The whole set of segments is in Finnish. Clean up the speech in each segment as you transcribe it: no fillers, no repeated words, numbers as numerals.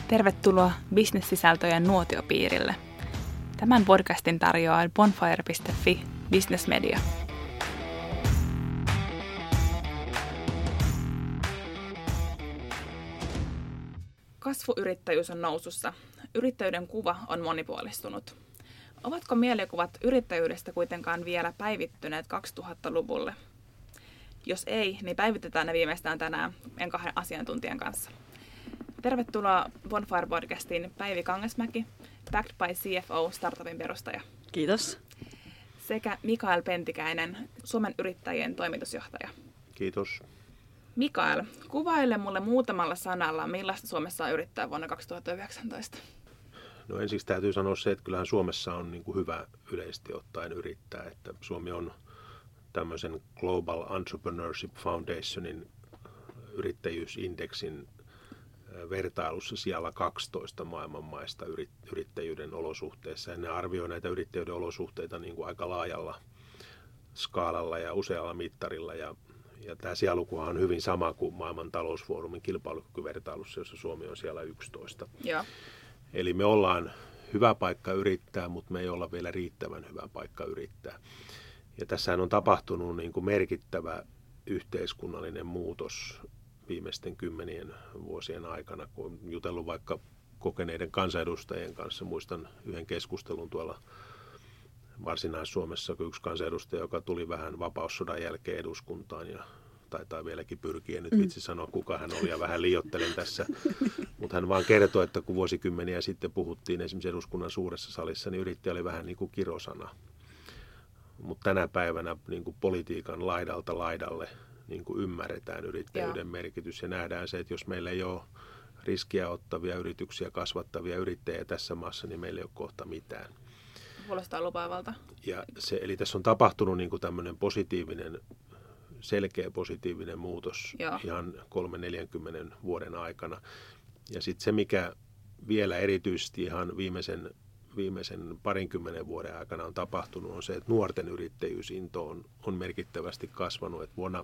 Tervetuloa bisnessisältöjen nuotiopiirille. Tämän podcastin tarjoaa bonfire.fi Business Media. Kasvuyrittäjyys on nousussa. Yrittäjyyden kuva on monipuolistunut. Ovatko mielikuvat yrittäjyydestä kuitenkaan vielä päivittyneet 2000-luvulle? Jos ei, niin päivitetään ne viimeistään tänään meidän kahden asiantuntijan kanssa. Tervetuloa Bonfire-podcastiin Päivi Kangasmäki, Backed by CFO, startupin perustaja. Kiitos. Sekä Mikael Pentikäinen, Suomen yrittäjien toimitusjohtaja. Kiitos. Mikael, kuvaile mulle muutamalla sanalla, millaista Suomessa on yrittää vuonna 2019. No ensiksi täytyy sanoa se, että kyllähän Suomessa on niin kuin hyvä yleisesti ottaen yrittää. Että Suomi on tämmöisen Global Entrepreneurship Foundationin yrittäjyysindeksin vertailussa siellä 12 maailman maista yrittäjyyden olosuhteissa. Ja ne arvioi näitä yrittäjyyden olosuhteita niin kuin aika laajalla skaalalla ja usealla mittarilla. Ja tämä sijalukuhan on hyvin sama kuin maailman talousfoorumin kilpailukykyvertailussa, jossa Suomi on siellä 11. Joo. Eli me ollaan hyvä paikka yrittää, mutta me ei olla vielä riittävän hyvä paikka yrittää. Ja tässähän on tapahtunut niin kuin merkittävä yhteiskunnallinen muutos viimeisten 10 vuosien aikana, kun on jutellut vaikka kokeneiden kansanedustajien kanssa. Muistan yhden keskustelun tuolla Varsinais-Suomessa, kun yksi kansanedustaja, joka tuli vähän vapaussodan jälkeen eduskuntaan ja taitaa vieläkin pyrkiä, nyt vitsi sanoa kuka hän oli ja vähän liioittelen tässä, mutta hän vaan kertoi, että kun vuosikymmeniä sitten puhuttiin esimerkiksi eduskunnan suuressa salissa, niin yrittäjä oli vähän niin kuin kirosana. Mutta tänä päivänä niin kuin politiikan laidalta laidalle niin kuin ymmärretään yrittäjyyden merkitys ja nähdään se, että jos meillä ei ole riskiä ottavia yrityksiä, kasvattavia yrittäjiä tässä maassa, niin meillä ei ole kohta mitään. Kuulostaa lupaavalta. Eli tässä on tapahtunut niin kuin tämmöinen selkeä positiivinen muutos ihan 30-40 vuoden aikana. Ja sitten se, mikä vielä erityisesti ihan viimeisen 20 vuoden aikana on tapahtunut, on se, että nuorten yrittäjyysinto on merkittävästi kasvanut. Että vuonna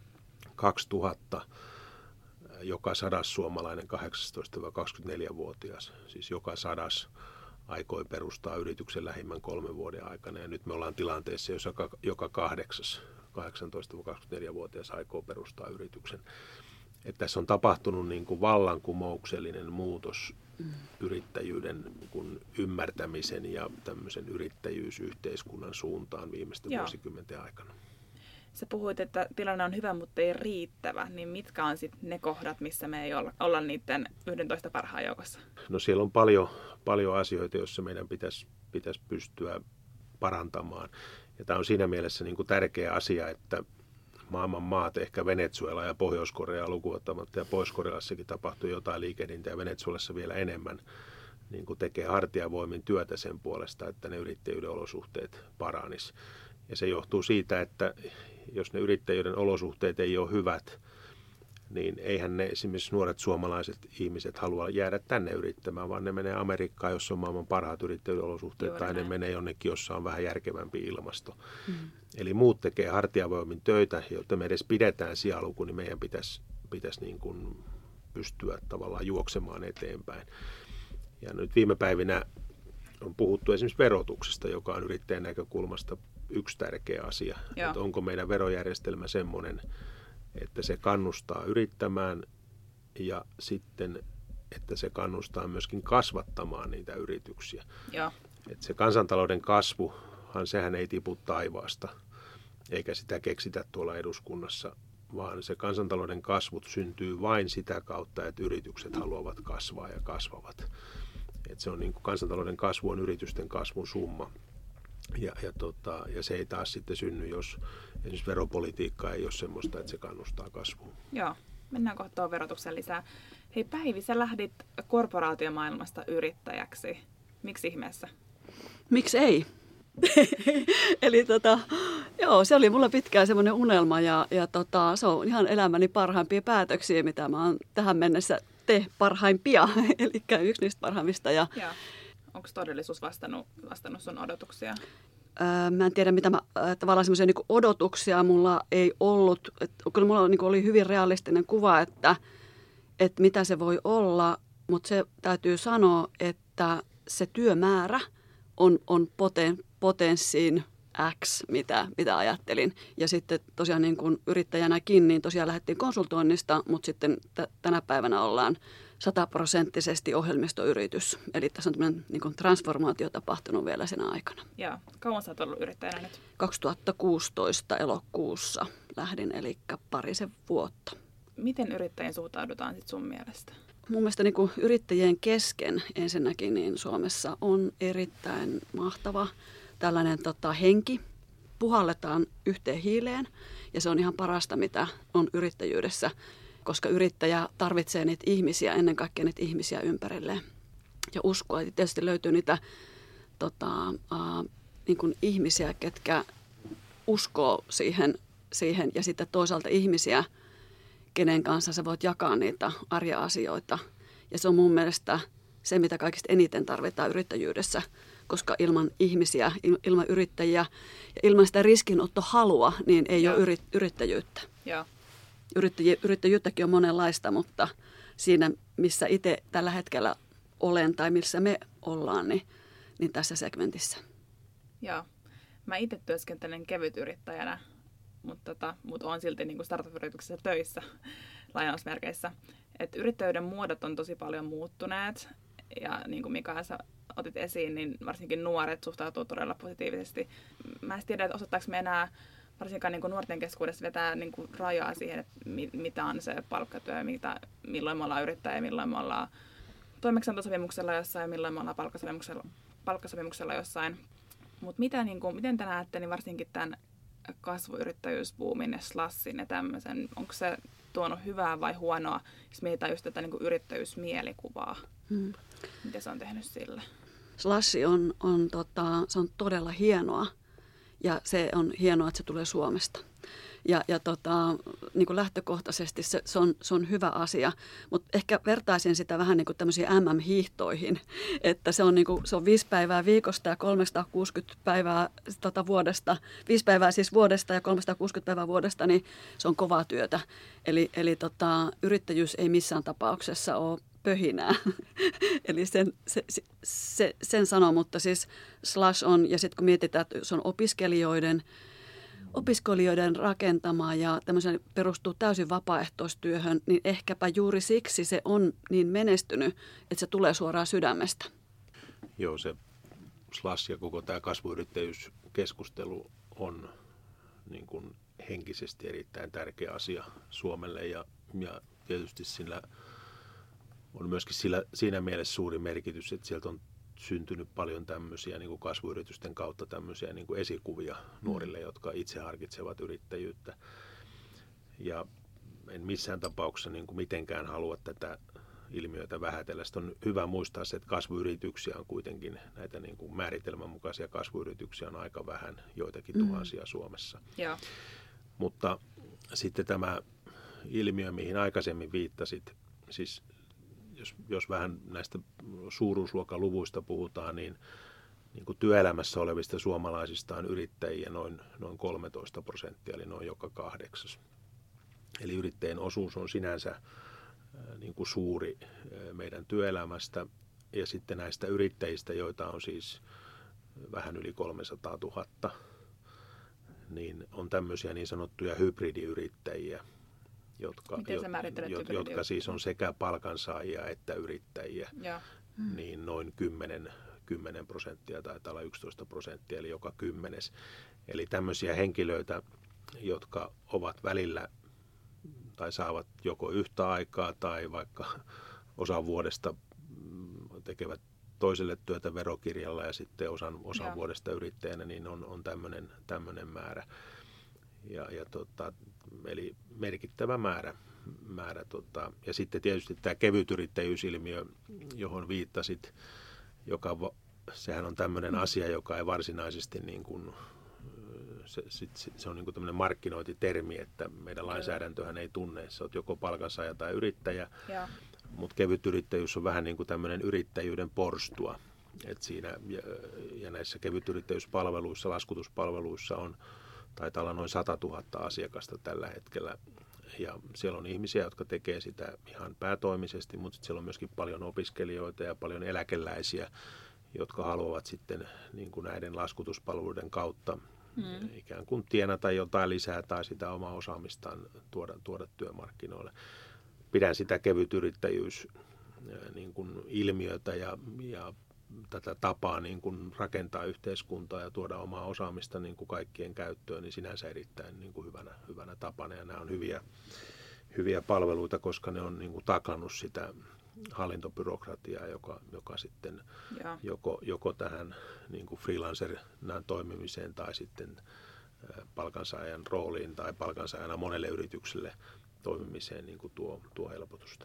2000 joka 100 suomalainen 18-24-vuotias, siis joka 100 aikoi perustaa yrityksen lähimmän 3 vuoden aikana. Ja nyt me ollaan tilanteessa, jossa joka 8 18-24-vuotias aikoo perustaa yrityksen. Että tässä on tapahtunut niin kuin vallankumouksellinen muutos yrittäjyyden niin kuin ymmärtämisen ja tämmöisen yrittäjyysyhteiskunnan suuntaan viimeisten vuosikymmenten aikana. Sä puhuit, että tilanne on hyvä, mutta ei riittävä. Niin mitkä on sitten ne kohdat, missä me ei olla niiden 11 parhaan joukossa? No siellä on paljon asioita, joissa meidän pitäisi pystyä parantamaan. Ja tämä on siinä mielessä niin kuin tärkeä asia, että maailman maat, ehkä Venezuela ja Pohjois-Korea lukuun ottamatta, ja Pohjois-Koreassakin tapahtuu jotain liikehdintää, ja Venezuelassa vielä enemmän, niin kuin tekee hartiavoimin työtä sen puolesta, että ne yrittäjyyden olosuhteet paranis. Ja se johtuu siitä, että jos ne yrittäjyyden olosuhteet ei ole hyvät, niin eihän ne esimerkiksi nuoret suomalaiset ihmiset halua jäädä tänne yrittämään, vaan ne menee Amerikkaan, jossa on maailman parhaat yrittäjyyden olosuhteet, tai ne menee jonnekin, jossa on vähän järkevämpi ilmasto. Eli muut tekee hartiavoimin töitä, jotta me edes pidetään sijaluku, niin meidän pitäisi niin kuin pystyä tavallaan juoksemaan eteenpäin. Ja nyt viime päivinä on puhuttu esimerkiksi verotuksesta, joka on yrittäjän näkökulmasta yksi tärkeä asia. Että onko meidän verojärjestelmä semmoinen, että se kannustaa yrittämään ja sitten, että se kannustaa myöskin kasvattamaan niitä yrityksiä. Että se kansantalouden kasvuhan, sehän ei tipu taivaasta, eikä sitä keksitä tuolla eduskunnassa, vaan se kansantalouden kasvut syntyy vain sitä kautta, että yritykset haluavat kasvaa ja kasvavat. Että se on niin kuin kansantalouden kasvu on yritysten kasvun summa. Ja se ei taas sitten synny, jos esimerkiksi veropolitiikka ei ole semmoista, että se kannustaa kasvuun. Joo, mennään kohta tuohon verotuksen lisää. Hei Päivi, sä lähdit korporaatiomaailmasta yrittäjäksi. Miksi ihmeessä? Miksi ei? Eli se oli mulla pitkään semmoinen unelma ja se on ihan elämäni parhaimpia päätöksiä, mitä mä oon tähän mennessä parhaimpia, eli yksi niistä parhaimmista. Onko todellisuus vastannut sun odotuksia? Mä en tiedä, mitä tavallaan semmoisia niin odotuksia mulla ei ollut. Kyllä mulla oli hyvin realistinen kuva, että mitä se voi olla. Mutta se täytyy sanoa, että se työmäärä on potenssiin X, mitä ajattelin. Ja sitten tosiaan niin kuin yrittäjänäkin, niin tosiaan lähdettiin konsultoinnista, mutta sitten tänä päivänä ollaan 100% ohjelmistoyritys. Eli tässä on tämmöinen niin kuin transformaatio tapahtunut vielä sen aikana. Ja kauan sä oot ollut yrittäjänä nyt? 2016 elokuussa lähdin, eli parisen vuotta. Miten yrittäjien suhtaudutaan sit sun mielestä? Mun mielestä niin kuin yrittäjien kesken ensinnäkin niin Suomessa on erittäin mahtava tällainen henki. Puhalletaan yhteen hiileen ja se on ihan parasta, mitä on yrittäjyydessä, koska yrittäjä tarvitsee niitä ihmisiä, ennen kaikkea niitä ihmisiä ympärilleen. Ja uskoa, että tietysti löytyy niitä niin kuin ihmisiä, ketkä uskoo siihen ja sitten toisaalta ihmisiä, kenen kanssa sä voit jakaa niitä arjen asioita. Ja se on mun mielestä se, mitä kaikista eniten tarvitaan yrittäjyydessä, koska ilman ihmisiä, ilman yrittäjiä ja ilman sitä riskinottohalua, niin ei ole yrittäjyyttä. Joo. Yrittäjyyttäkin on monenlaista, mutta siinä, missä itse tällä hetkellä olen tai missä me ollaan, niin tässä segmentissä. Joo. Mä itse työskentelen kevytyrittäjänä, mutta olen silti niin kuin startup-yrityksessä töissä lainausmerkeissä. Et yrittäjyyden muodot on tosi paljon muuttuneet ja niin kuin Mika sä otit esiin, niin varsinkin nuoret suhtautuu todella positiivisesti. Mä en tiedä, että osoittaako me enää varsinkaan niin kuin nuorten keskuudessa vetää niin kuin rajaa siihen, että mitä on se palkkatyö, milloin me ollaan yrittäjä, milloin me ollaan toimeksiantosopimuksella jossain ja milloin me ollaan palkkasopimuksella jossain. Mutta miten te näette, niin varsinkin tämän kasvuyrittäjyysbuumin ja slashin ja tämmöisen, onko se tuonut hyvää vai huonoa, jos mietitään just tätä niin kuin yrittäjyysmielikuvaa? Mitä se on tehnyt sille? Slash se on todella hienoa ja se on hienoa, että se tulee Suomesta. Ja niin kuin lähtökohtaisesti se on hyvä asia, mutta ehkä vertaisin sitä vähän niin kuin tämmöisiin MM-hiihtoihin, että se on 5 päivää viikosta ja 360 päivää vuodesta, 5 päivää siis vuodesta ja 360 päivää vuodesta, niin se on kovaa työtä. Eli yrittäjyys ei missään tapauksessa ole pöhinää. Eli sen sanoo, mutta siis Slash on, ja sitten kun mietitään, että se on opiskelijoiden rakentama ja tämmöisen perustuu täysin vapaaehtoistyöhön, niin ehkäpä juuri siksi se on niin menestynyt, että se tulee suoraan sydämestä. Joo, se Slash ja koko tämä kasvuyrittäjyyskeskustelu on niin kuin henkisesti erittäin tärkeä asia Suomelle ja tietysti sillä on myöskin siinä mielessä suuri merkitys, että sieltä on syntynyt paljon tämmöisiä niin kuin kasvuyritysten kautta tämmöisiä niin kuin esikuvia nuorille, jotka itse harkitsevat yrittäjyyttä. Ja en missään tapauksessa niin kuin mitenkään halua tätä ilmiötä vähätellä. Sitten on hyvä muistaa se, että kasvuyrityksiä on kuitenkin, näitä niin kuin määritelmän mukaisia kasvuyrityksiä on aika vähän, joitakin tuhansia Suomessa. Joo. Mutta sitten tämä ilmiö, mihin aikaisemmin viittasit, siis jos vähän näistä suuruusluokaluvuista puhutaan, niin kuin työelämässä olevista suomalaisista on yrittäjiä noin 13%, eli noin joka 8. Eli yrittäjien osuus on sinänsä niin kuin suuri meidän työelämästä. Ja sitten näistä yrittäjistä, joita on siis vähän yli 300 000, niin on tämmöisiä niin sanottuja hybridiyrittäjiä, jotka siis on sekä palkansaajia että yrittäjiä, niin noin 10% taitaa olla 11%, eli joka 10. Eli tämmöisiä henkilöitä, jotka ovat välillä tai saavat joko yhtä aikaa tai vaikka osan vuodesta tekevät toiselle työtä verokirjalla ja sitten osan vuodesta yrittäjänä, niin on tämmöinen määrä. Eli merkittävä määrä. Ja sitten tietysti tämä kevytyrittäjyysilmiö, johon viittasit, sehän on tämmöinen asia, joka ei varsinaisesti niin kuin, se on niin kuin tämmöinen markkinointitermi, että meidän lainsäädäntöhän ei tunne, sä oot joko palkansaaja tai yrittäjä, mutta kevytyrittäjyys on vähän niin kuin tämmöinen yrittäjyyden porstua. Et siinä, ja näissä kevytyrittäjyyspalveluissa, laskutuspalveluissa taitaa olla noin 100 000 asiakasta tällä hetkellä Ja siellä on ihmisiä, jotka tekee sitä ihan päätoimisesti, mutta siellä on myöskin paljon opiskelijoita ja paljon eläkeläisiä, jotka haluavat sitten niin kuin näiden laskutuspalveluiden kautta ikään kuin tienata jotain lisää tai sitä omaa osaamistaan tuoda työmarkkinoille. Pidän sitä kevytyrittäjyys niin kuin ilmiötä ja tätä tapaa niin kuin rakentaa yhteiskuntaa ja tuoda omaa osaamista niin kuin kaikkien käyttöön, niin sinänsä erittäin niin kuin hyvänä tapana. Ja nämä on hyviä palveluita, koska ne on niin kuin takannut sitä hallintobyrokratiaa, joka sitten joko tähän niin kuin freelancerina toimimiseen tai sitten palkansaajan rooliin tai palkansaajana monelle yritykselle toimimiseen niin kuin tuo helpotusta.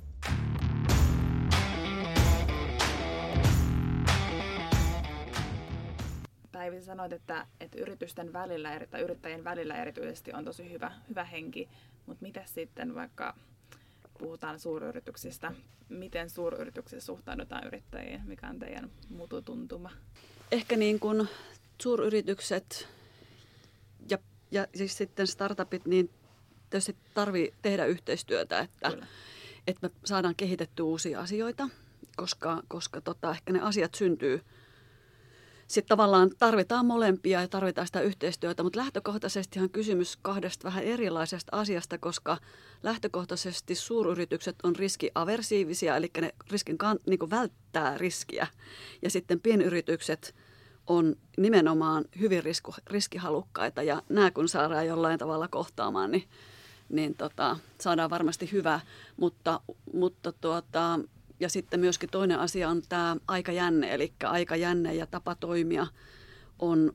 Päivi, sanoit, että yritysten välillä tai yrittäjien välillä erityisesti on tosi hyvä henki, mutta miten sitten vaikka puhutaan suuryrityksistä, miten suuryrityksissä suhtaudutaan yrittäjiin, mikä on teidän mututuntuma? Ehkä niin kuin suuryritykset ja siis sitten startupit, niin tietysti tarvii tehdä yhteistyötä, että me saadaan kehitettyä uusia asioita, koska ehkä ne asiat syntyy. Sitten tavallaan tarvitaan molempia ja tarvitaan sitä yhteistyötä, mutta lähtökohtaisesti on kysymys kahdesta vähän erilaisesta asiasta, koska lähtökohtaisesti suuryritykset on riskiaversiivisia, eli ne niin välttää riskiä. Ja sitten pienyritykset on nimenomaan hyvin riskihalukkaita ja nämä kun saadaan jollain tavalla kohtaamaan, niin saadaan varmasti hyvä, mutta ja sitten myöskin toinen asia on tämä aikajänne, eli aikajänne ja tapa toimia on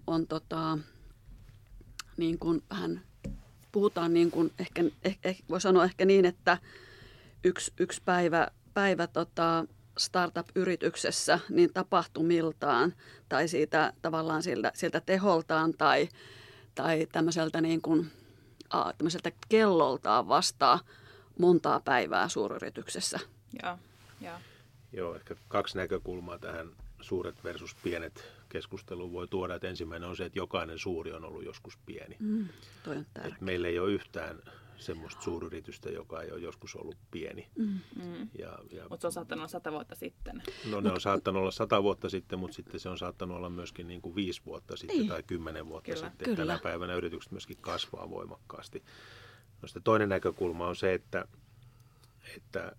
niin kuin vähän, puhutaan niin kuin ehkä voi sanoa ehkä niin, että yksi päivä startup-yrityksessä niin tapahtumiltaan tai siitä tavallaan siltä teholtaan tai tämmöiseltä niin kuin tämmöiseltä kelloltaan vastaa montaa päivää suuryrityksessä. Joo, ehkä kaksi näkökulmaa tähän suuret versus pienet keskusteluun voi tuoda. Että ensimmäinen on se, että jokainen suuri on ollut joskus pieni. Toi on tärkeä. Meillä ei ole yhtään semmoista suuryritystä, joka ei ole joskus ollut pieni. Mutta se on saattanut olla 100 vuotta sitten. No ne on saattanut olla 100 vuotta sitten, mutta sitten se on saattanut olla myöskin niin kuin 5 vuotta sitten tai 10 vuotta sitten. Kyllä. Tänä päivänä yritykset myöskin kasvaa voimakkaasti. No sitten toinen näkökulma on se, että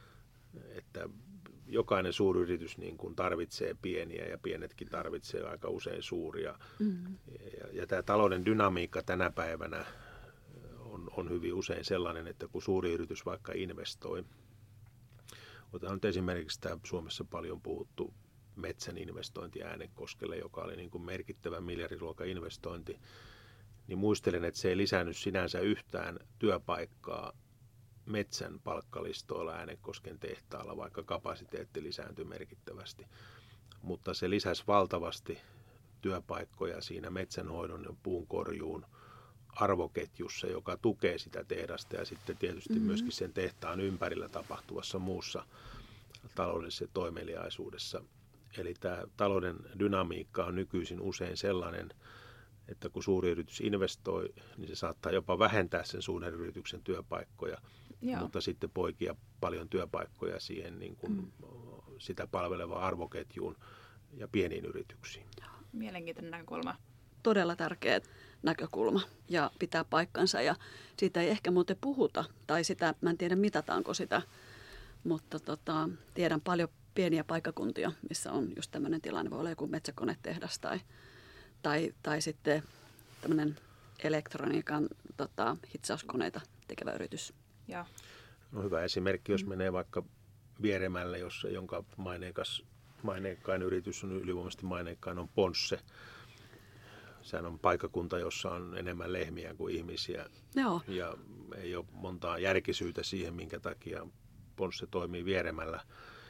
jokainen suuryritys niin kuin tarvitsee pieniä ja pienetkin tarvitsee aika usein suuria. Ja tämä talouden dynamiikka tänä päivänä on hyvin usein sellainen, että kun suuri yritys vaikka investoi, otetaan nyt esimerkiksi tämä Suomessa paljon puhuttu metsän investointi Äänekoskelle, joka oli niin kuin merkittävä miljardiluokan investointi, niin muistelen, että se ei lisännyt sinänsä yhtään työpaikkaa metsän palkkalistoilla Äänekosken tehtaalla, vaikka kapasiteetti lisääntyi merkittävästi. Mutta se lisäsi valtavasti työpaikkoja siinä metsänhoidon ja puunkorjuun arvoketjussa, joka tukee sitä tehdasta ja sitten tietysti myöskin sen tehtaan ympärillä tapahtuvassa muussa taloudellisessa toimeliaisuudessa. Eli tämä talouden dynamiikka on nykyisin usein sellainen, että kun suuri yritys investoi, niin se saattaa jopa vähentää sen suuren yrityksen työpaikkoja, mutta sitten poikia paljon työpaikkoja siihen niin kuin sitä palvelevaan arvoketjuun ja pieniin yrityksiin. Mielenkiintoinen näkökulma. Todella tärkeä näkökulma ja pitää paikkansa ja siitä ei ehkä muuten puhuta tai sitä, mä en tiedä mitataanko sitä, mutta tiedän paljon pieniä paikkakuntia, missä on just tämmöinen tilanne, voi olla joku metsäkonetehdas tai sitten tämmöinen elektroniikan hitsauskoneita tekevä yritys. Ja. No hyvä esimerkki, jos menee vaikka Vieremälle, jonka maineikkain yritys on ylivoimaisesti maineikkain on Ponsse. Sehän on paikkakunta, jossa on enemmän lehmiä kuin ihmisiä. Joo. Ja ei ole montaa järkisyytä siihen, minkä takia Ponsse toimii Vieremällä.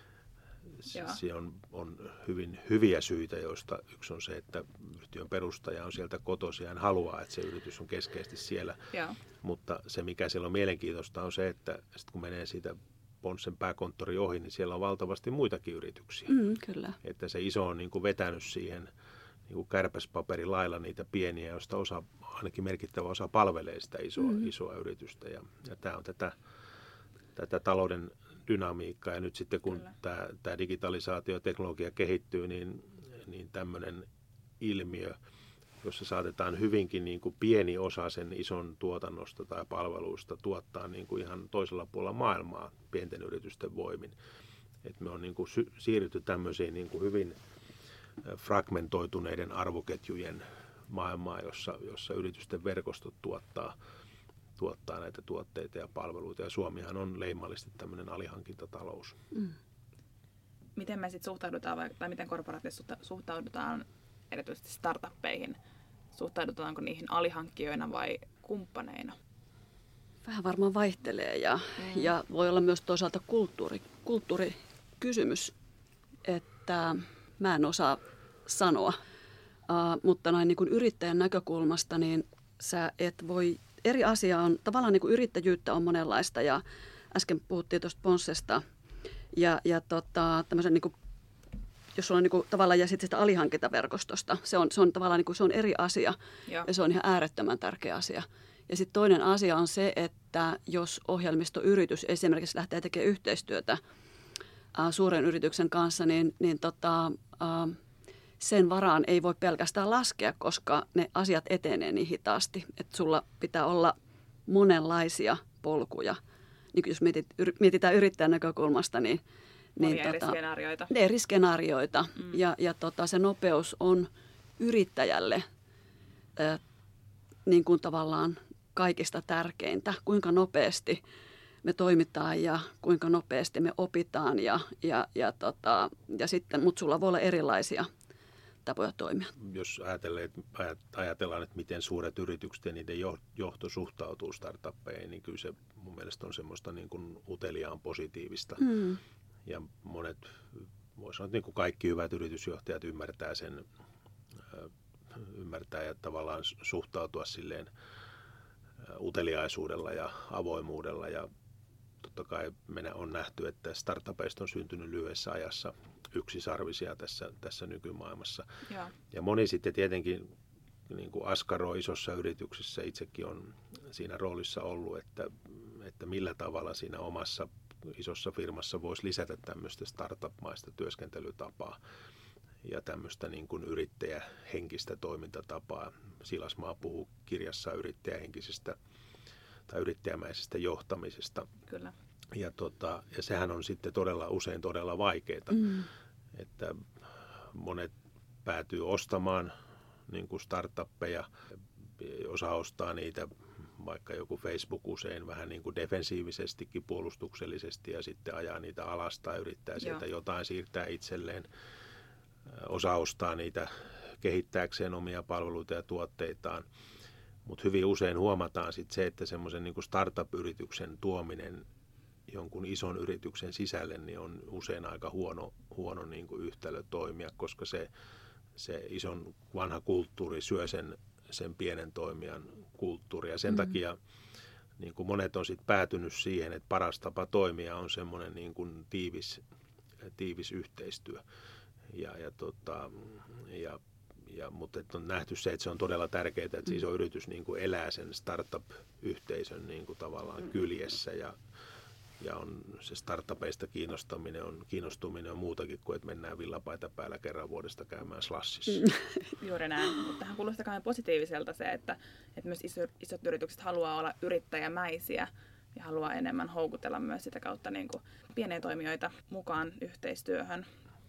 Siellä on hyvin hyviä syitä, joista yksi on se, että yhtiön perustaja on sieltä kotoisin ja hän haluaa, että se yritys on keskeisesti siellä. Ja. Mutta se, mikä siellä on mielenkiintoista, on se, että sit kun menee siitä Ponssen pääkonttori ohi, niin siellä on valtavasti muitakin yrityksiä. Kyllä. Että se iso on niin kuin vetänyt siihen niin kärpäspaperin lailla niitä pieniä, joista ainakin merkittävä osa palvelee sitä isoa yritystä. Ja tämä on tätä talouden dynamiikkaa. Ja nyt sitten kun tämä digitalisaatio ja teknologia kehittyy, niin tämmöinen ilmiö, jossa saatetaan hyvinkin niin kuin pieni osa sen ison tuotannosta tai palveluista tuottaa niin kuin ihan toisella puolella maailmaa pienten yritysten voimin. Et me on niin kuin siirrytty tämmöisiin niin kuin hyvin fragmentoituneiden arvoketjujen maailmaa, jossa yritysten verkostot tuottaa näitä tuotteita ja palveluita. Ja Suomihan on leimallisesti tämmöinen alihankintatalous. Miten me sitten suhtaudutaan, tai miten korporaatiossa suhtaudutaan erityisesti startuppeihin? Suhtaudutaanko niihin alihankkijoina vai kumppaneina? Vähän varmaan vaihtelee ja voi olla myös toisaalta kulttuurikysymys, että mä en osaa sanoa, mutta näin niin kuin yrittäjän näkökulmasta, niin sä et voi, eri asia on, tavallaan niin kuin yrittäjyyttä on monenlaista ja äsken puhuttiin tuosta Ponssesta ja tämmöisen niin kuin, jos sulla on niin kuin, tavallaan ja sitten sitä alihankintaverkostosta, se on tavallaan niin kuin, se on eri asia. Joo. Ja se on ihan äärettömän tärkeä asia. Ja sitten toinen asia on se, että jos ohjelmistoyritys esimerkiksi lähtee tekemään yhteistyötä suuren yrityksen kanssa, niin sen varaan ei voi pelkästään laskea, koska ne asiat etenee niin hitaasti, että sulla pitää olla monenlaisia polkuja. Niin jos mietitään yrittäjän näkökulmasta, niin eri skenaarioita. Ja se nopeus on yrittäjälle niin kuin tavallaan kaikista tärkeintä, kuinka nopeasti me toimitaan ja kuinka nopeasti me opitaan ja sitten, mutta sulla voi olla erilaisia tapoja toimia. Jos ajatellaan, että miten suuret yritykset ja niiden johto suhtautuu startuppeihin, niin kyllä se mun mielestä on semmoista niin kuin uteliaan positiivista. Ja monet, voisi sanoa, että niin kuin kaikki hyvät yritysjohtajat ymmärtää ja tavallaan suhtautua silleen uteliaisuudella ja avoimuudella. Ja totta kai on nähty, että startupeista on syntynyt lyhyessä ajassa yksisarvisia tässä nykymaailmassa. Ja moni sitten tietenkin niin kuin askaroi isossa yrityksessä, itsekin on siinä roolissa ollut, että millä tavalla siinä omassa isossa firmassa voisi lisätä tämmöistä startup-maista työskentelytapaa ja tämmöistä niin kuin yrittäjähenkistä toimintatapaa. Silasmaa puhuu kirjassa yrittäjähenkisestä tai yrittäjämäisestä johtamisesta. Kyllä. Ja sehän on sitten usein todella vaikeaa, että monet päätyy ostamaan niin kuin startuppeja, osa ostaa niitä, vaikka joku Facebook usein vähän niin kuin defensiivisestikin puolustuksellisesti ja sitten ajaa niitä alas tai yrittää sieltä jotain siirtää itselleen. Osa ostaa niitä kehittääkseen omia palveluita ja tuotteitaan, mutta hyvin usein huomataan sitten se, että semmoisen niin kuin startup-yrityksen tuominen jonkun ison yrityksen sisälle niin on usein aika huono niin kuin yhtälö toimia, koska se ison vanha kulttuuri syö sen pienen toimijan kulttuuria. Sen takia niin kuin monet on sitten päätynyt siihen, että paras tapa toimia on semmoinen niin kuin tiivis yhteistyö. Mutta on nähty se, että se on todella tärkeää, että se iso yritys niin kuin elää sen startup-yhteisön niin kuin tavallaan kyljessä ja on se startupeista kiinnostuminen on muutakin kuin, että mennään villapaita päällä kerran vuodesta käymään Slashissa. Juuri näin, mutta tähän kuulostaa positiiviselta se, että myös isot yritykset haluaa olla yrittäjämäisiä ja haluaa enemmän houkutella myös sitä kautta niin kuin pieniä toimijoita mukaan yhteistyöhön.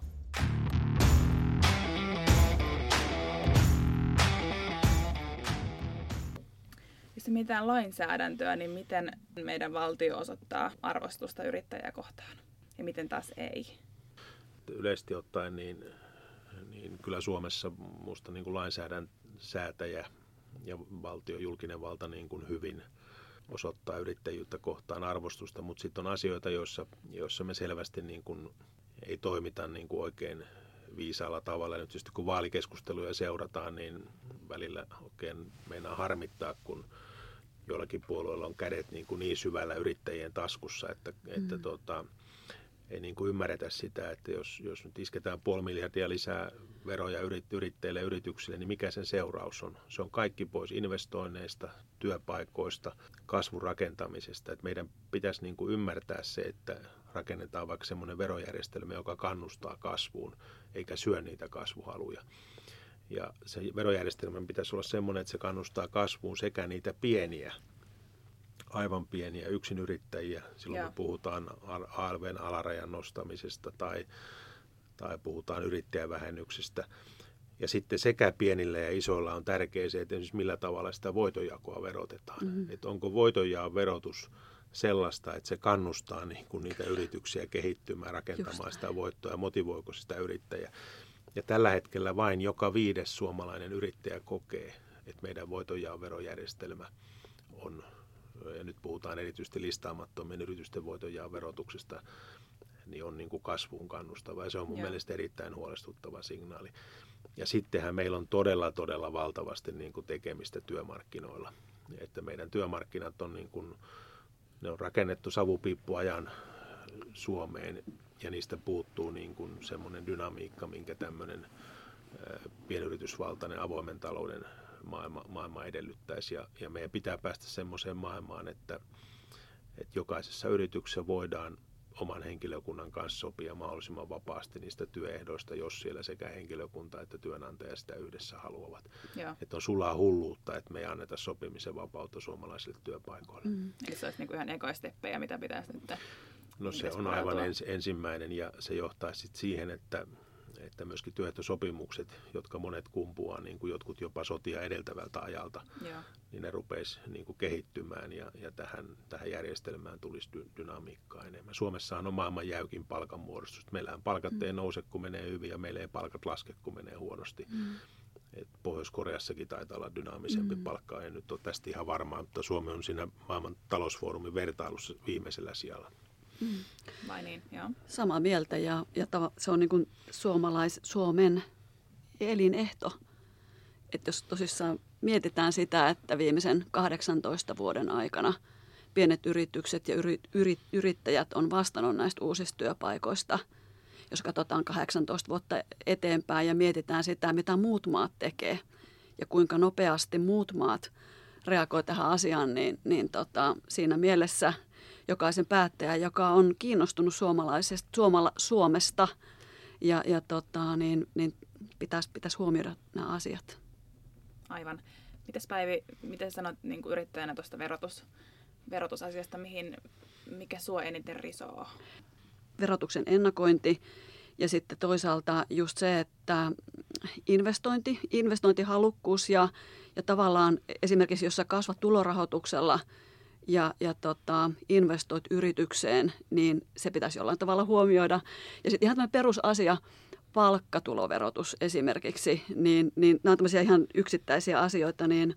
Jos mietitään lainsäädäntöä, niin miten meidän valtio osoittaa arvostusta yrittäjää kohtaan ja miten taas ei? Yleisesti ottaen niin kyllä Suomessa minusta niin kuin lainsäätäjä ja julkinen valta niin kuin hyvin osoittaa yrittäjyyttä kohtaan arvostusta, mutta sitten on asioita, joissa me selvästi niin kuin ei toimita niin kuin oikein viisaalla tavalla. Nyt tietysti kun vaalikeskusteluja seurataan, niin välillä oikein meinaa harmittaa, kun jollakin puolueella on kädet niin syvällä yrittäjien taskussa, että ei niin kuin ymmärretä sitä, että jos nyt isketään 500 miljardia lisää veroja yrittäjille ja yrityksille, niin mikä sen seuraus on? Se on kaikki pois investoinneista, työpaikoista, kasvun rakentamisesta. Että meidän pitäisi niin kuin ymmärtää se, että rakennetaan vaikka semmoinen verojärjestelmä, joka kannustaa kasvuun, eikä syö niitä kasvuhaluja. Ja se verojärjestelmän pitäisi olla semmoinen, että se kannustaa kasvuun sekä niitä pieniä, aivan pieniä yksinyrittäjiä, silloin kun puhutaan ALV:n alarajan nostamisesta tai puhutaan yrittäjävähennyksestä. Ja sitten sekä pienillä ja isoilla on tärkeää se, että esimerkiksi millä tavalla sitä voitonjakoa verotetaan. Mm-hmm. Että onko voitonjaon verotus sellaista, että se kannustaa niin kuin niitä yrityksiä kehittymään, rakentamaan sitä voittoa ja motivoiko sitä yrittäjää. Ja tällä hetkellä vain joka 5. suomalainen yrittäjä kokee, että meidän voitonjaon verojärjestelmä on, ja nyt puhutaan erityisesti listaamattomien yritysten voitonjaon verotuksesta, niin on niin kuin kasvuun kannustava. Ja se on mun mielestä erittäin huolestuttava signaali. Ja sittenhän meillä on todella valtavasti niin kuin tekemistä työmarkkinoilla. Että meidän työmarkkinat on, niin kuin, ne on rakennettu savupiippuajan Suomeen, ja niistä puuttuu niin kuin semmoinen dynamiikka, minkä tämmöinen pienyritysvaltainen avoimen talouden maailma edellyttäisi. Ja meidän pitää päästä semmoiseen maailmaan, että jokaisessa yrityksessä voidaan oman henkilökunnan kanssa sopia mahdollisimman vapaasti niistä työehdoista, jos siellä sekä henkilökunta että työnantaja sitä yhdessä haluavat. Että on sulaa hulluutta, että me ei anneta sopimisen vapautta suomalaisille työpaikoille. Eli se olisi niin kuin ihan ekoisteppejä, mitä pitäisi nyt... No se on aivan ensimmäinen, ja se johtaa sitten siihen, että myöskin työehtosopimukset, jotka monet kumpuaa, niin kuin jotkut jopa sotia edeltävältä ajalta, niin ne rupeisi niin kuin kehittymään ja tähän järjestelmään tulisi dynamiikkaa enemmän. Suomessahan on maailman jäykin palkanmuodostus. Meillähän palkat ei nouse, kun menee hyvin, ja meillä ei palkat laske, kun menee huonosti. Pohjois-Koreassakin taitaa olla dynaamisempi palkka, en nyt ole tästä ihan varma, mutta Suomi on siinä maailman talousfoorumin vertailussa viimeisellä sijalla. Vai niin, joo. Samaa mieltä ja se on niin kuin Suomen elinehto. Että jos tosissaan mietitään sitä, että viimeisen 18 vuoden aikana pienet yritykset ja yrittäjät on vastannut näistä uusista työpaikoista. Jos katsotaan 18 vuotta eteenpäin ja mietitään sitä, mitä muut maat tekee ja kuinka nopeasti muut maat reagoi tähän asiaan, niin siinä mielessä jokaisen päättäjän, joka on kiinnostunut Suomesta niin pitäisi huomioida nämä asiat. Aivan. Mites Päivi, miten sanot niin kuin yrittäjänä tuosta verotusasiasta, mikä sua eniten risoo? Verotuksen ennakointi ja sitten toisaalta just se, että investointihalukkuus ja tavallaan esimerkiksi jos sä kasvat tulorahoituksella ja investoit yritykseen, niin se pitäisi jollain tavalla huomioida. Ja sitten ihan tämmöinen perusasia, palkkatuloverotus esimerkiksi, niin nämä on tämmöisiä ihan yksittäisiä asioita, niin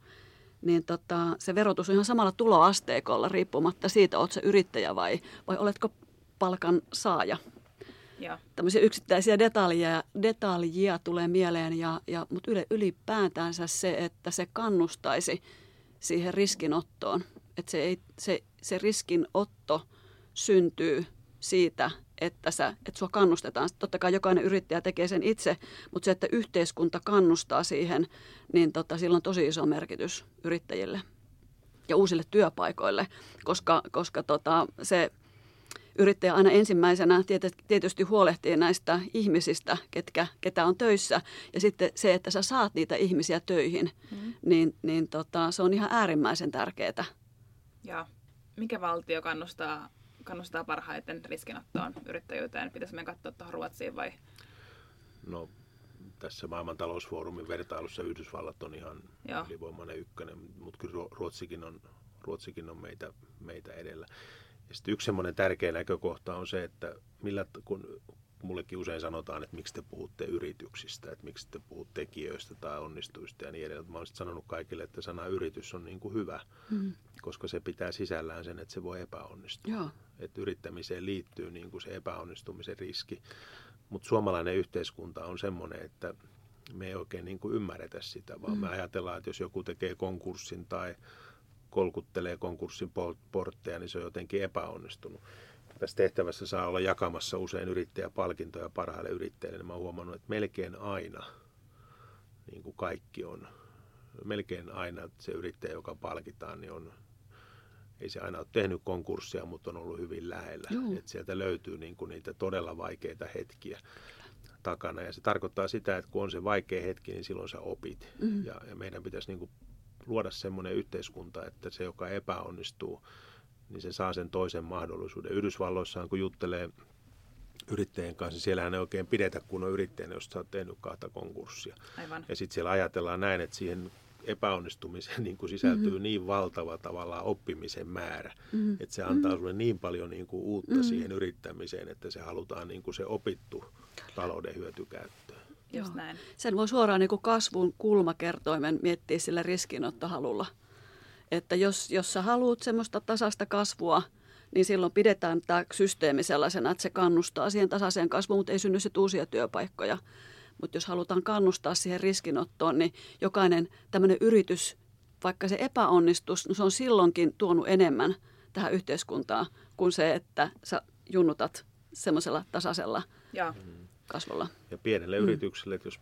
se verotus on ihan samalla tuloasteikolla riippumatta siitä, oletko sä yrittäjä vai oletko palkan saaja. Ja. Tämmöisiä yksittäisiä detaljia tulee mieleen, mutta ylipäätänsä se, että se kannustaisi siihen riskinottoon. Että se riskinotto syntyy siitä, että sua kannustetaan. Totta kai jokainen yrittäjä tekee sen itse, mutta se, että yhteiskunta kannustaa siihen, niin sillä on tosi iso merkitys yrittäjille ja uusille työpaikoille, koska se yrittäjä aina ensimmäisenä tietysti huolehtii näistä ihmisistä, ketä on töissä. Ja sitten se, että sä saat niitä ihmisiä töihin, niin se on ihan äärimmäisen tärkeää. Ja mikä valtio kannustaa parhaiten riskinottoon yrittäjyyteen? Pitäisi meidän katsoa tuohon Ruotsiin vai? No tässä maailman talousfoorumin vertailussa Yhdysvallat on ihan ylivoimainen ykkönen, mutta kyllä Ruotsikin on meitä edellä. Ja sitten yksi semmoinen tärkeä näkökohta on se, että kun mullekin usein sanotaan, että miksi te puhutte yrityksistä, että miksi te puhutte tekijöistä tai onnistujista ja niin edelleen. Mä oon sitten sanonut kaikille, että sana yritys on niin kuin hyvä, koska se pitää sisällään sen, että se voi epäonnistua. Joo. Että yrittämiseen liittyy niin kuin se epäonnistumisen riski. Mutta suomalainen yhteiskunta on semmoinen, että me ei oikein niin kuin ymmärretä sitä, vaan me ajatellaan, että jos joku tekee konkurssin tai kolkuttelee konkurssin portteja, niin se on jotenkin epäonnistunut. tässä tehtävässä saa olla jakamassa usein yrittäjäpalkintoja parhaille yrittäjille, niin mä oon huomannut, että melkein aina, niin kuin kaikki on, melkein aina se yrittäjä, joka palkitaan, niin ei se aina ole tehnyt konkurssia, mutta on ollut hyvin lähellä. Että sieltä löytyy niin kuin niitä todella vaikeita hetkiä takana. Ja se tarkoittaa sitä, että kun on se vaikea hetki, niin silloin sä opit. Ja meidän pitäisi niin kuin luoda semmoinen yhteiskunta, että se, joka epäonnistuu, niin se saa sen toisen mahdollisuuden. Yhdysvalloissaan, kun juttelee yrittäjien kanssa, niin siellähän ei oikein pidetä, kun on yrittäjänä, jos sä oot tehnyt 2 konkurssia. Aivan. Ja sitten siellä ajatellaan näin, että siihen epäonnistumiseen niin kuin sisältyy niin valtava tavallaan oppimisen määrä, että se antaa sulle niin paljon niin kuin uutta siihen yrittämiseen, että se halutaan niin kuin se opittu talouden hyötykäyttöön. Just näin. Sen voi suoraan niin kuin kasvun kulmakertoimen miettiä sillä riskinottohalulla. Että jos sä haluat semmoista tasaista kasvua, niin silloin pidetään tämä systeemi sellaisena, että se kannustaa siihen tasaiseen kasvuun, mutta ei synny sit uusia työpaikkoja. Mutta jos halutaan kannustaa siihen riskinottoon, niin jokainen tämmöinen yritys, vaikka se epäonnistus, no se on silloinkin tuonut enemmän tähän yhteiskuntaan kuin se, että sä junnutat semmoisella tasaisella kasvulla. Ja pienelle yritykselle, että jos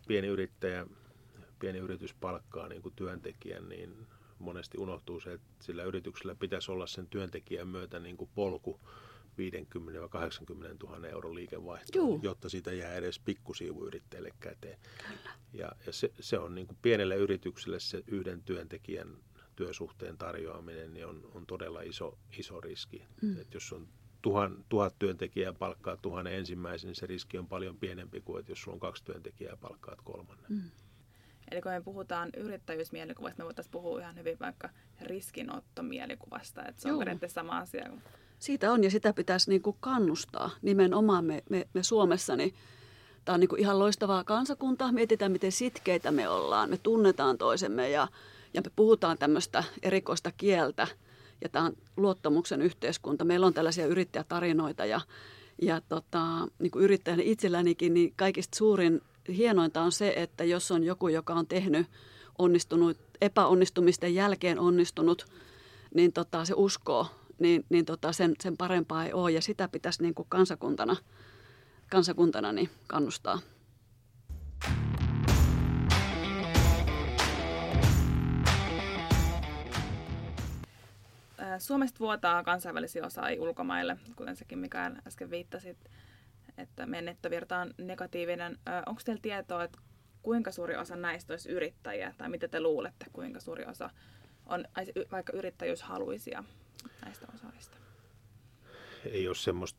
pieni yritys palkkaa niin kuin työntekijän, niin monesti unohtuu se, että sillä yrityksellä pitäisi olla sen työntekijän myötä niin kuin polku 50 000 80 000 euron liikevaihtoon, jotta siitä jää edes pikkusiivuyrittäjälle käteen. Ja se on niin kuin pienelle yritykselle se yhden työntekijän työsuhteen tarjoaminen niin on todella iso riski. Että jos on 1000 työntekijää palkkaa 1000 ensimmäisen, niin se riski on paljon pienempi kuin että jos sulla on 2 työntekijää palkkaat 3. Eli kun me puhutaan yrittäjyysmielikuvasta, me voitaisiin puhua ihan hyvin vaikka riskinottomielikuvasta, että se on periaatteessa sama asia. Siitä on, ja sitä pitäisi niin kuin kannustaa. Nimenomaan me Suomessa, niin tämä on niin kuin ihan loistavaa kansakuntaa. Mietitään, miten sitkeitä me ollaan. Me tunnetaan toisemme ja me puhutaan tämmöistä erikoista kieltä. Ja tämä on luottamuksen yhteiskunta. Meillä on tällaisia yrittäjätarinoita ja niin kuin yrittäjänä itsellänikin, niin kaikista suurin hienointa on se, että jos on joku, joka on tehnyt onnistunut, epäonnistumisten jälkeen onnistunut, niin se uskoo. Niin sen parempaa ei ole, ja sitä pitäisi niin kuin kansakuntana niin kannustaa. Suomesta vuotaa kansainvälisiä osaajia ulkomaille, kuten säkin Mikael äsken viittasit, että meidän nettovirta on negatiivinen. Onko teillä tietoa, että kuinka suuri osa näistä olisi yrittäjiä, tai mitä te luulette, kuinka suuri osa on vaikka yrittäjyyshaluisia näistä osaajista? Ei ole semmoista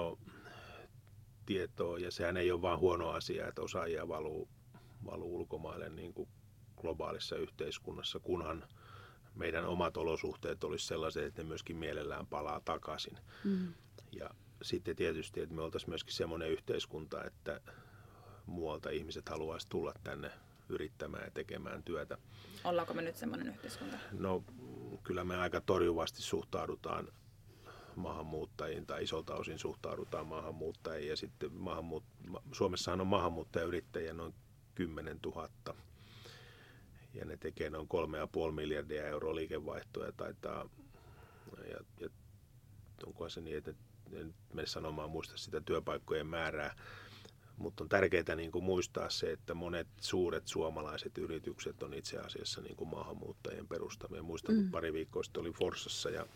tietoa, ja sehän ei ole vaan huono asia, että osaajia valuu ulkomaille niin kuin globaalissa yhteiskunnassa, kunhan meidän omat olosuhteet olisi sellaiset, että ne myöskin mielellään palaa takaisin. Ja sitten tietysti, että me oltaisiin myöskin semmoinen yhteiskunta, että muualta ihmiset haluaisi tulla tänne yrittämään ja tekemään työtä. Ollaanko me nyt semmoinen yhteiskunta? No kyllä me aika torjuvasti suhtaudutaan maahanmuuttajiin tai isolta osin suhtaudutaan maahanmuuttajiin. Ja sitten Suomessahan on maahanmuuttajayrittäjiä noin 10 000. Ja ne tekee noin 3,5 miljardia euroa liikevaihtoa ja taitaa, ja onkohan se niin, että en mene sanomaan muista sitä työpaikkojen määrää, mutta on tärkeää niin kuin muistaa se, että monet suuret suomalaiset yritykset on itse asiassa niin kuin maahanmuuttajien perustamia. Muistan, kun pari viikkoa sitten oli Forssassa ja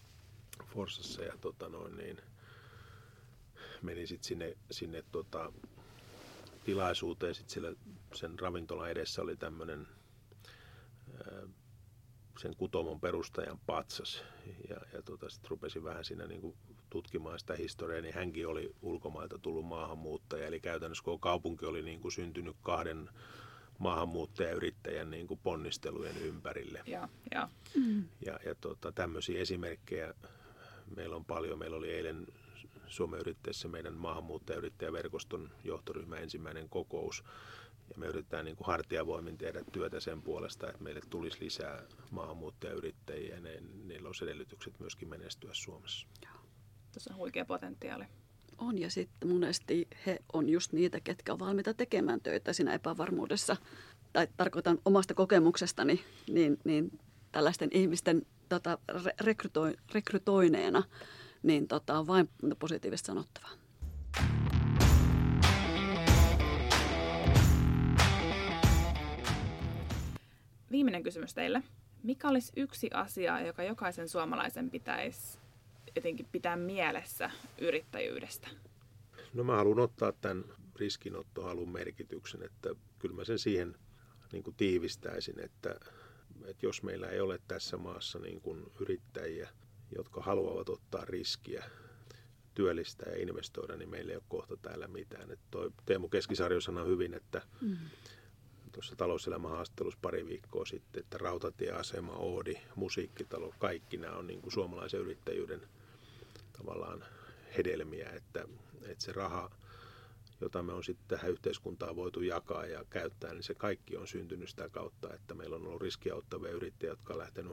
menin sitten sinne tilaisuuteen, sitten siellä sen ravintolan edessä oli tämmöinen sen Kutomon perustajan patsas ja sitten rupesin vähän siinä niin kuin tutkimaan sitä historiaa, niin hänkin oli ulkomailta tullut maahanmuuttaja, eli käytännössä koko kaupunki oli niin kuin syntynyt 2 maahanmuuttajayrittäjän niin kuin ponnistelujen ympärille. Ja tämmöisiä esimerkkejä meillä on paljon. Meillä oli eilen Suomen Yrittäjissä meidän maahanmuuttajayrittäjäverkoston johtoryhmän ensimmäinen kokous. Ja me yritetään niin kuin hartiavoimin tehdä työtä sen puolesta, että meille tulisi lisää maahanmuuttajayrittäjiä ja niillä olisi edellytykset myöskin menestyä Suomessa. Tuossa on huikea potentiaali. On, ja sitten monesti he on just niitä, ketkä on valmiita tekemään töitä siinä epävarmuudessa. Tai tarkoitan omasta kokemuksestani, niin tällaisten ihmisten rekrytoineena, niin on vain positiivista sanottavaa. Viimeinen kysymys teille. Mikä olisi yksi asia, joka jokaisen suomalaisen pitäisi jotenkin pitää mielessä yrittäjyydestä? No mä haluan ottaa tämän riskinottohalun merkityksen, että kyllä mä sen siihen niin kuin tiivistäisin, että jos meillä ei ole tässä maassa niin kuin yrittäjiä, jotka haluavat ottaa riskiä, työllistää ja investoida, niin meillä ei ole kohta täällä mitään. Että toi Teemu Keskisarjo sanoi hyvin, että tuossa Talouselämän haastattelussa pari viikkoa sitten, että rautatieasema, Oodi, musiikkitalo, kaikki nämä on niin kuin suomalaisen yrittäjyyden tavallaan hedelmiä, että se raha, jota me on sitten tähän yhteiskuntaan voitu jakaa ja käyttää, niin se kaikki on syntynyt sitä kautta, että meillä on ollut riskiä ottavia yrittäjiä, jotka on lähtenyt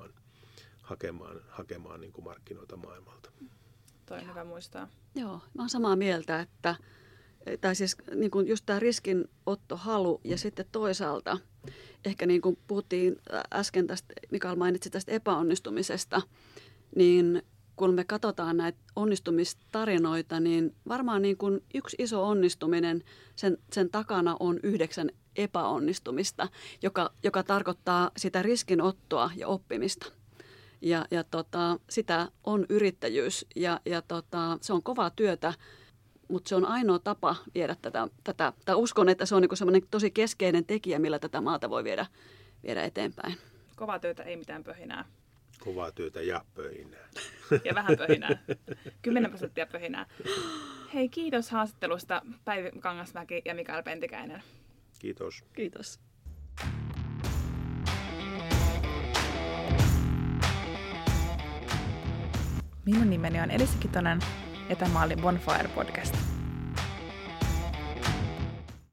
hakemaan niin kuin markkinoita maailmalta. Toi on hyvä muistaa. Joo, mä oon samaa mieltä, tai siis niin kuin just tämä riskinottohalu ja sitten toisaalta ehkä niin kuin puhuttiin äsken tästä, Mikael mainitsi tästä epäonnistumisesta, niin kun me katsotaan näitä onnistumistarinoita, niin varmaan niin kuin yksi iso onnistuminen, sen takana on 9 epäonnistumista, joka tarkoittaa sitä riskinottoa ja oppimista. Ja sitä on yrittäjyys ja se on kovaa työtä, mutta se on ainoa tapa viedä tätä tai uskon, että se on niinku semmoinen tosi keskeinen tekijä, millä tätä maata voi viedä eteenpäin. Kovaa työtä, ei mitään pöhinää. Kovaa työtä ja pöhinää. Ja vähän pöhinää. 10% pöhinää. Hei, kiitos haastattelusta Päivi Kangasmäki ja Mikael Pentikäinen. Kiitos. Kiitos. Minun nimeni on Elisa Kitonen ja tämä oli Bonfire Podcast.